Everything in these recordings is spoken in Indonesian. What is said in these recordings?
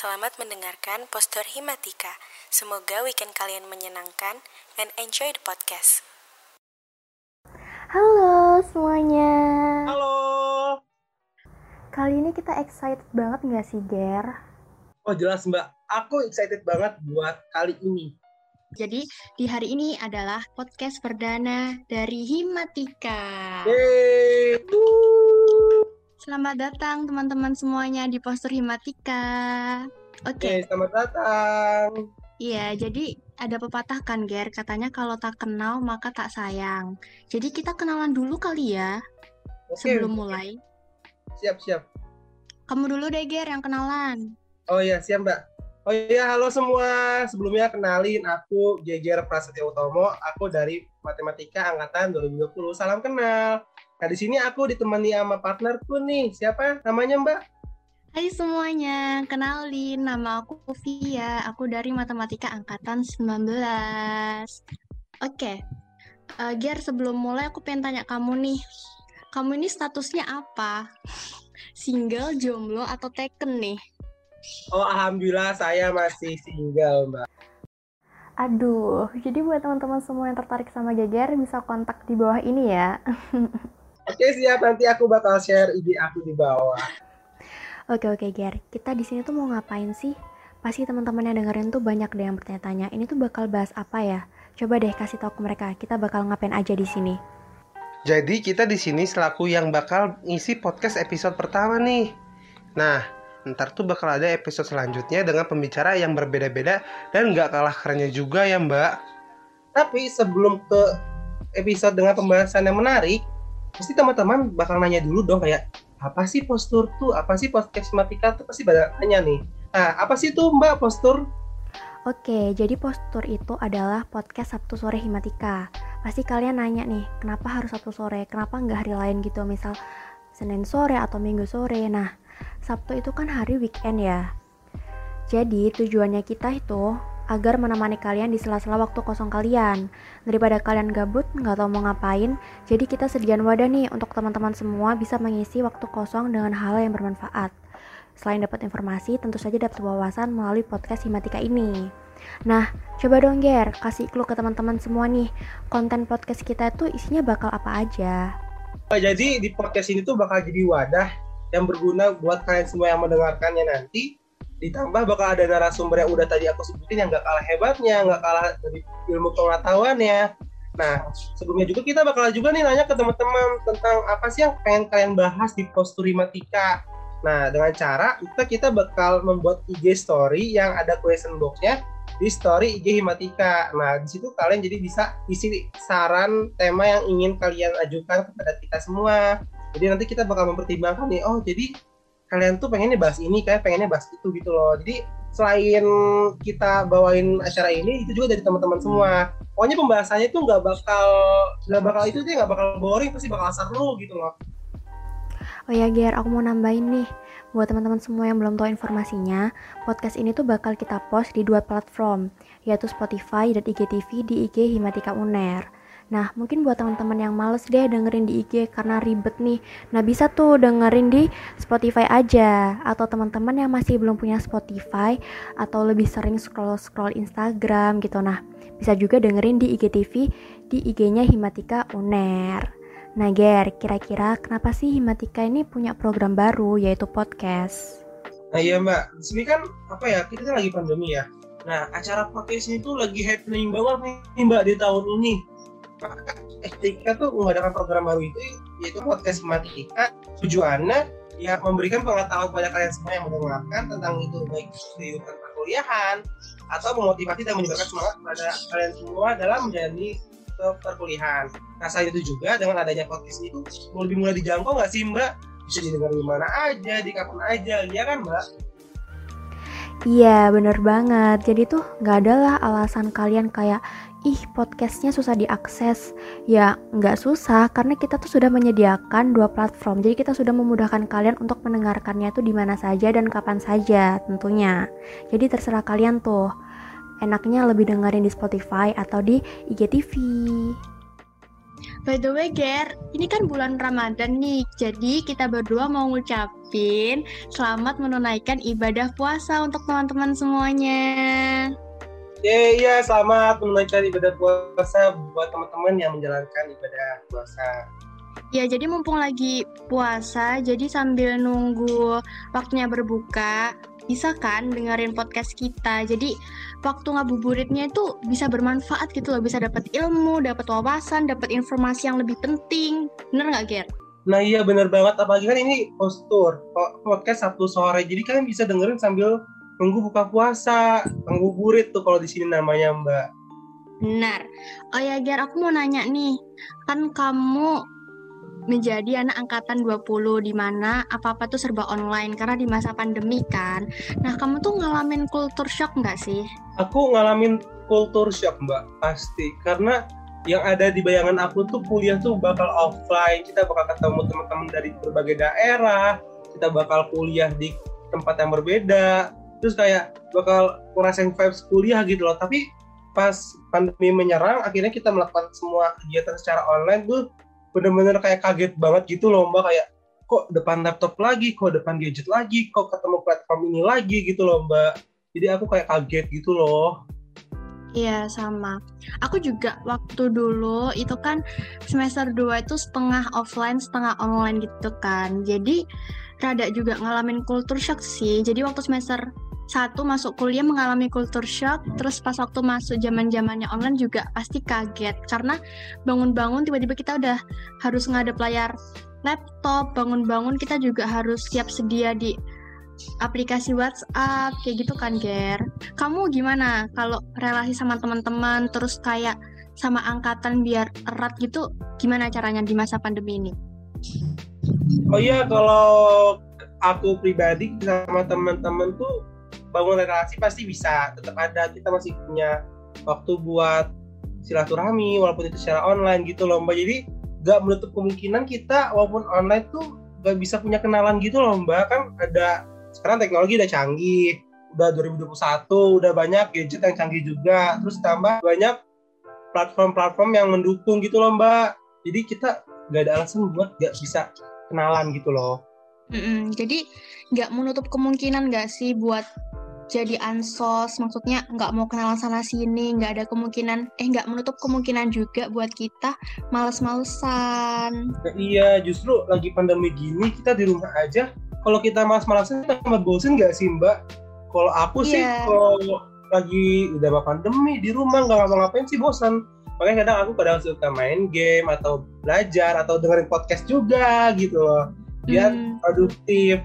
Selamat mendengarkan Postur Himatika. Semoga weekend kalian menyenangkan and enjoy the podcast. Halo semuanya. Halo. Kali ini kita excited banget nggak sih, Ger? Oh jelas Mbak, aku excited banget buat kali ini. Jadi di hari ini adalah podcast perdana dari Himatika. Yeay. Selamat datang teman-teman semuanya di Postur Himatika. Oke. Selamat datang. Iya, jadi ada pepatah kan, Ger, katanya kalau tak kenal maka tak sayang. Jadi kita kenalan dulu kali ya, sebelum mulai. Siap. Kamu dulu deh, Ger, yang kenalan. Oh iya, siap Mbak. Oh iya, halo semua. Sebelumnya kenalin, aku Jejer Prasetyo Utomo. Aku dari Matematika Angkatan 2020. Salam kenal. Nah, di sini aku ditemani sama partnerku nih. Siapa namanya Mbak? Hai semuanya, kenalin, nama aku Via, aku dari Matematika Angkatan 19. Oke, Ger, sebelum mulai aku pengen tanya kamu nih, kamu ini statusnya apa? Single, jomblo, atau taken nih? Oh, alhamdulillah saya masih single Mbak. Aduh, jadi buat teman-teman semua yang tertarik sama Geger bisa kontak di bawah ini ya. Oke, siap. Nanti aku bakal share IG aku di bawah. Oke, Ger. Kita di sini tuh mau ngapain sih? Pasti teman-teman yang dengerin tuh banyak deh yang bertanya-tanya. Ini tuh bakal bahas apa ya? Coba deh kasih tahu ke mereka. Kita bakal ngapain aja di sini. Jadi kita di sini selaku yang bakal ngisi podcast episode pertama nih. Nah, ntar tuh bakal ada episode selanjutnya dengan pembicara yang berbeda-beda dan nggak kalah kerennya juga ya Mbak. Tapi sebelum ke episode dengan pembahasan yang menarik, pasti teman-teman bakal nanya dulu dong kayak, apa sih postur tuh? Apa sih podcast Himatika tuh? Pasti pada nanya nih. Nah, apa sih tuh Mbak postur? Oke, jadi postur itu adalah podcast Sabtu sore Himatika. Pasti kalian nanya nih, kenapa harus Sabtu sore? Kenapa nggak hari lain gitu? Misal Senin sore atau Minggu sore. Nah, Sabtu itu kan hari weekend ya. Jadi tujuannya kita itu agar menemani kalian di sela-sela waktu kosong kalian. Daripada kalian gabut, nggak tahu mau ngapain, jadi kita sediain wadah nih untuk teman-teman semua bisa mengisi waktu kosong dengan hal yang bermanfaat. Selain dapat informasi, tentu saja dapat wawasan melalui podcast Himatika ini. Nah, coba dong Ger, kasih clue ke teman-teman semua nih, konten podcast kita tuh isinya bakal apa aja. Jadi di podcast ini tuh bakal jadi wadah yang berguna buat kalian semua yang mendengarkannya nanti. Ditambah bakal ada narasumber yang udah tadi aku sebutin yang gak kalah hebatnya, gak kalah dari ilmu pengetahuannya. Nah, sebelumnya juga kita bakal juga nih nanya ke teman-teman tentang apa sih yang pengen kalian bahas di Postur Himatika. Nah, dengan cara kita bakal membuat IG story yang ada question box-nya di story IG Himatika. Nah, di situ kalian jadi bisa isi saran tema yang ingin kalian ajukan kepada kita semua. Jadi nanti kita bakal mempertimbangkan nih, oh jadi kalian tuh pengennya bahas ini, kayak pengennya bahas itu gitu loh. Jadi selain kita bawain acara ini, itu juga dari teman-teman semua. Pokoknya pembahasannya tuh nggak bakal boring, pasti bakal seru gitu loh. Oh ya Ger, aku mau nambahin nih. Buat teman-teman semua yang belum tahu informasinya, podcast ini tuh bakal kita post di 2 platform, yaitu Spotify dan IGTV di IG Himatika Uner. Nah, mungkin buat teman-teman yang males deh dengerin di IG karena ribet nih. Nah, bisa tuh dengerin di Spotify aja. Atau teman-teman yang masih belum punya Spotify atau lebih sering scroll-scroll Instagram gitu. Nah, bisa juga dengerin di IGTV di IG-nya Himatika Uner. Nah, Ger, kira-kira kenapa sih Himatika ini punya program baru yaitu podcast? Nah, iya Mbak. Di sini kan kita kan lagi pandemi ya. Nah, acara podcast ini tuh lagi happening banget nih Mbak di tahun ini. Maka Himatika tuh mengadakan program baru itu yaitu podcast Himatika. Tujuannya ya memberikan pengetahuan kepada kalian semua yang mendengarkan tentang itu, baik kehidupan perkuliahan atau memotivasi dan menyebarkan semangat kepada kalian semua dalam menjalani perkuliahan. Nah, selain itu juga dengan adanya podcast itu lebih mudah dijangkau nggak sih Mbak? Bisa didengar di mana aja, di kapan aja, ya kan Mbak? Iya, bener banget. Jadi tuh gak ada lah alasan kalian kayak, ih podcastnya susah diakses. Ya gak susah, karena kita tuh sudah menyediakan 2 platform. Jadi kita sudah memudahkan kalian untuk mendengarkannya tuh di mana saja dan kapan saja tentunya. Jadi terserah kalian tuh, enaknya lebih dengerin di Spotify atau di IGTV. By the way, Ger, ini kan bulan Ramadan nih, jadi kita berdua mau ngucapin selamat menunaikan ibadah puasa untuk teman-teman semuanya. Iya, selamat menunaikan ibadah puasa buat teman-teman yang menjalankan ibadah puasa. Ya, jadi mumpung lagi puasa, jadi sambil nunggu waktunya berbuka, bisa kan dengerin podcast kita. Jadi waktu ngabuburitnya itu bisa bermanfaat gitu loh, bisa dapat ilmu, dapat wawasan, dapat informasi yang lebih penting. Bener nggak, Ger? Nah iya benar banget, apalagi kan ini podcast Sabtu sore, jadi kalian bisa dengerin sambil nunggu buka puasa, ngabuburit tuh kalau di sini namanya Mbak. Benar. Oh ya, Ger, aku mau nanya nih, kan kamu menjadi anak angkatan 20 di mana apa-apa tuh serba online karena di masa pandemi kan. Nah, kamu tuh ngalamin culture shock nggak sih? Aku ngalamin culture shock Mbak, pasti. Karena yang ada di bayangan aku tuh kuliah tuh bakal offline, kita bakal ketemu teman-teman dari berbagai daerah, kita bakal kuliah di tempat yang berbeda, terus kayak bakal ngerasain vibes kuliah gitu loh. Tapi pas pandemi menyerang, akhirnya kita melakukan semua kegiatan secara online tuh bener-bener kayak kaget banget gitu loh Mbak, kayak kok depan laptop lagi, kok depan gadget lagi, kok ketemu platform ini lagi gitu loh Mbak. Jadi aku kayak kaget gitu loh. Iya, sama. Aku juga waktu dulu itu kan semester 2 itu setengah offline, setengah online gitu kan. Jadi rada juga ngalamin culture shock sih. Jadi waktu semester 1 masuk kuliah mengalami culture shock, terus pas waktu masuk zaman-zamannya online juga pasti kaget. Karena bangun-bangun tiba-tiba kita udah harus ngadep layar laptop, bangun-bangun kita juga harus siap sedia di aplikasi WhatsApp, kayak gitu kan, Ger. Kamu gimana kalau relasi sama teman-teman, terus kayak sama angkatan biar erat gitu, gimana caranya di masa pandemi ini? Oh iya, kalau aku pribadi sama teman-teman tuh bangun relasi pasti bisa, tetap ada. Kita masih punya waktu buat silaturahmi, walaupun itu secara online gitu loh Mbak. Jadi gak menutup kemungkinan kita walaupun online tuh gak bisa punya kenalan gitu loh Mbak. Kan ada, sekarang teknologi udah canggih, udah 2021, udah banyak gadget yang canggih juga, terus tambah banyak platform-platform yang mendukung gitu loh Mbak. Jadi kita gak ada alasan buat gak bisa kenalan gitu loh. Jadi gak menutup kemungkinan gak sih buat jadi ansos, maksudnya nggak mau kenalan sana sini, nggak ada kemungkinan, nggak menutup kemungkinan juga buat kita males-malesan. Nah, iya, justru lagi pandemi gini kita di rumah aja. Kalau kita malas-malasan tambah bosen nggak sih Mbak? Kalau aku sih kalau lagi udah pandemi di rumah nggak ngapa-ngapain sih bosan. Makanya kadang suka main game atau belajar atau dengerin podcast juga gitu loh, biar produktif.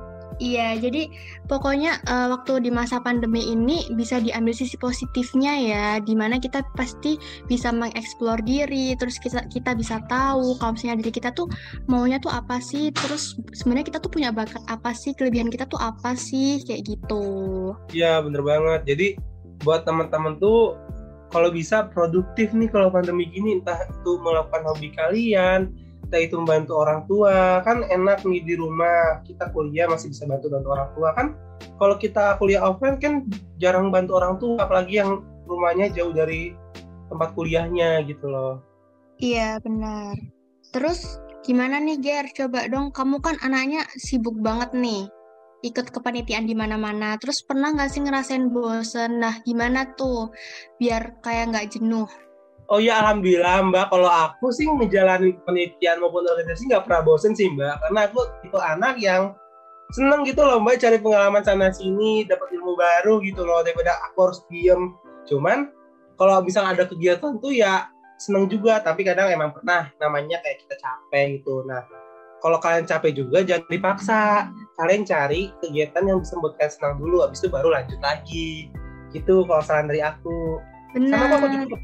Iya, jadi pokoknya waktu di masa pandemi ini bisa diambil sisi positifnya ya, dimana kita pasti bisa mengeksplor diri, terus kita bisa tahu kalau misalnya diri kita tuh maunya tuh apa sih, terus sebenarnya kita tuh punya bakat apa sih, kelebihan kita tuh apa sih, kayak gitu. Iya, bener banget. Jadi buat teman-teman tuh kalau bisa produktif nih kalau pandemi gini, entah itu melakukan hobi kalian, kita itu membantu orang tua, kan enak nih di rumah, kita kuliah masih bisa bantu orang tua kan. Kalau kita kuliah offline kan jarang bantu orang tua, apalagi yang rumahnya jauh dari tempat kuliahnya gitu loh. Iya benar. Terus gimana nih Ger, coba dong, kamu kan anaknya sibuk banget nih, ikut kepanitiaan di mana-mana, terus pernah nggak sih ngerasain bosen? Nah gimana tuh biar kayak nggak jenuh? Oh ya, alhamdulillah Mbak, kalau aku sih menjalani penelitian maupun organisasi nggak pernah bosen sih Mbak, karena aku tipe anak yang seneng gitu loh Mbak, cari pengalaman sana sini, dapat ilmu baru gitu loh, daripada aku harus diem. Cuman kalau misalnya ada kegiatan tuh ya seneng juga, tapi kadang emang pernah namanya kayak kita capek gitu. Nah, kalau kalian capek juga jangan dipaksa, kalian cari kegiatan yang bisa membuat kalian senang dulu, habis itu baru lanjut lagi. Gitu kalau saran dari aku. Benar. Sama aku juga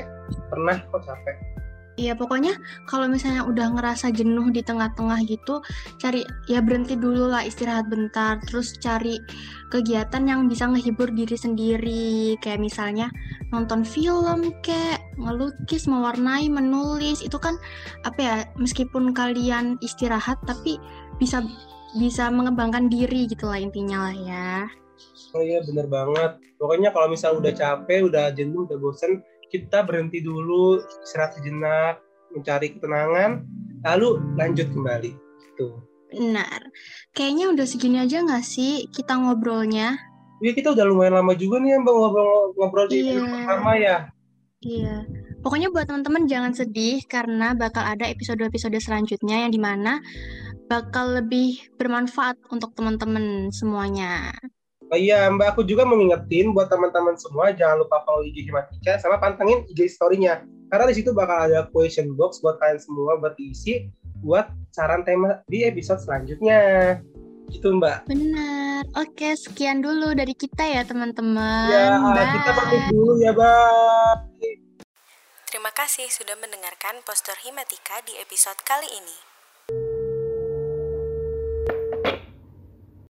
pernah capek. Iya, pokoknya kalau misalnya udah ngerasa jenuh di tengah-tengah gitu, cari ya berhenti dulu lah, istirahat bentar, terus cari kegiatan yang bisa ngehibur diri sendiri, kayak misalnya nonton film, kayak ngelukis, mewarnai, menulis, itu kan apa ya, meskipun kalian istirahat tapi bisa mengembangkan diri gitu lah intinya lah ya. Oh iya bener banget. Pokoknya kalau misalnya udah capek, udah jenuh, udah bosen, kita berhenti dulu, istirahat sejenak, mencari ketenangan, lalu lanjut kembali. Gitu. Benar. Kayaknya udah segini aja nggak sih kita ngobrolnya? Ya kita udah lumayan lama juga nih Mbak ngobrol di Iya. episode pertama ya. Iya. Pokoknya buat teman-teman jangan sedih karena bakal ada episode-episode selanjutnya yang dimana bakal lebih bermanfaat untuk teman-teman semuanya. Oh iya, Mbak, aku juga mau ngingetin buat teman-teman semua, jangan lupa follow IG Himatika sama pantengin IG story-nya. Karena di situ bakal ada question box buat kalian semua buat diisi buat saran tema di episode selanjutnya. Gitu, Mbak. Benar. Oke, sekian dulu dari kita ya, teman-teman. Ya, Bye. kita pamit dulu ya, Mbak. Terima kasih sudah mendengarkan Postur Himatika di episode kali ini.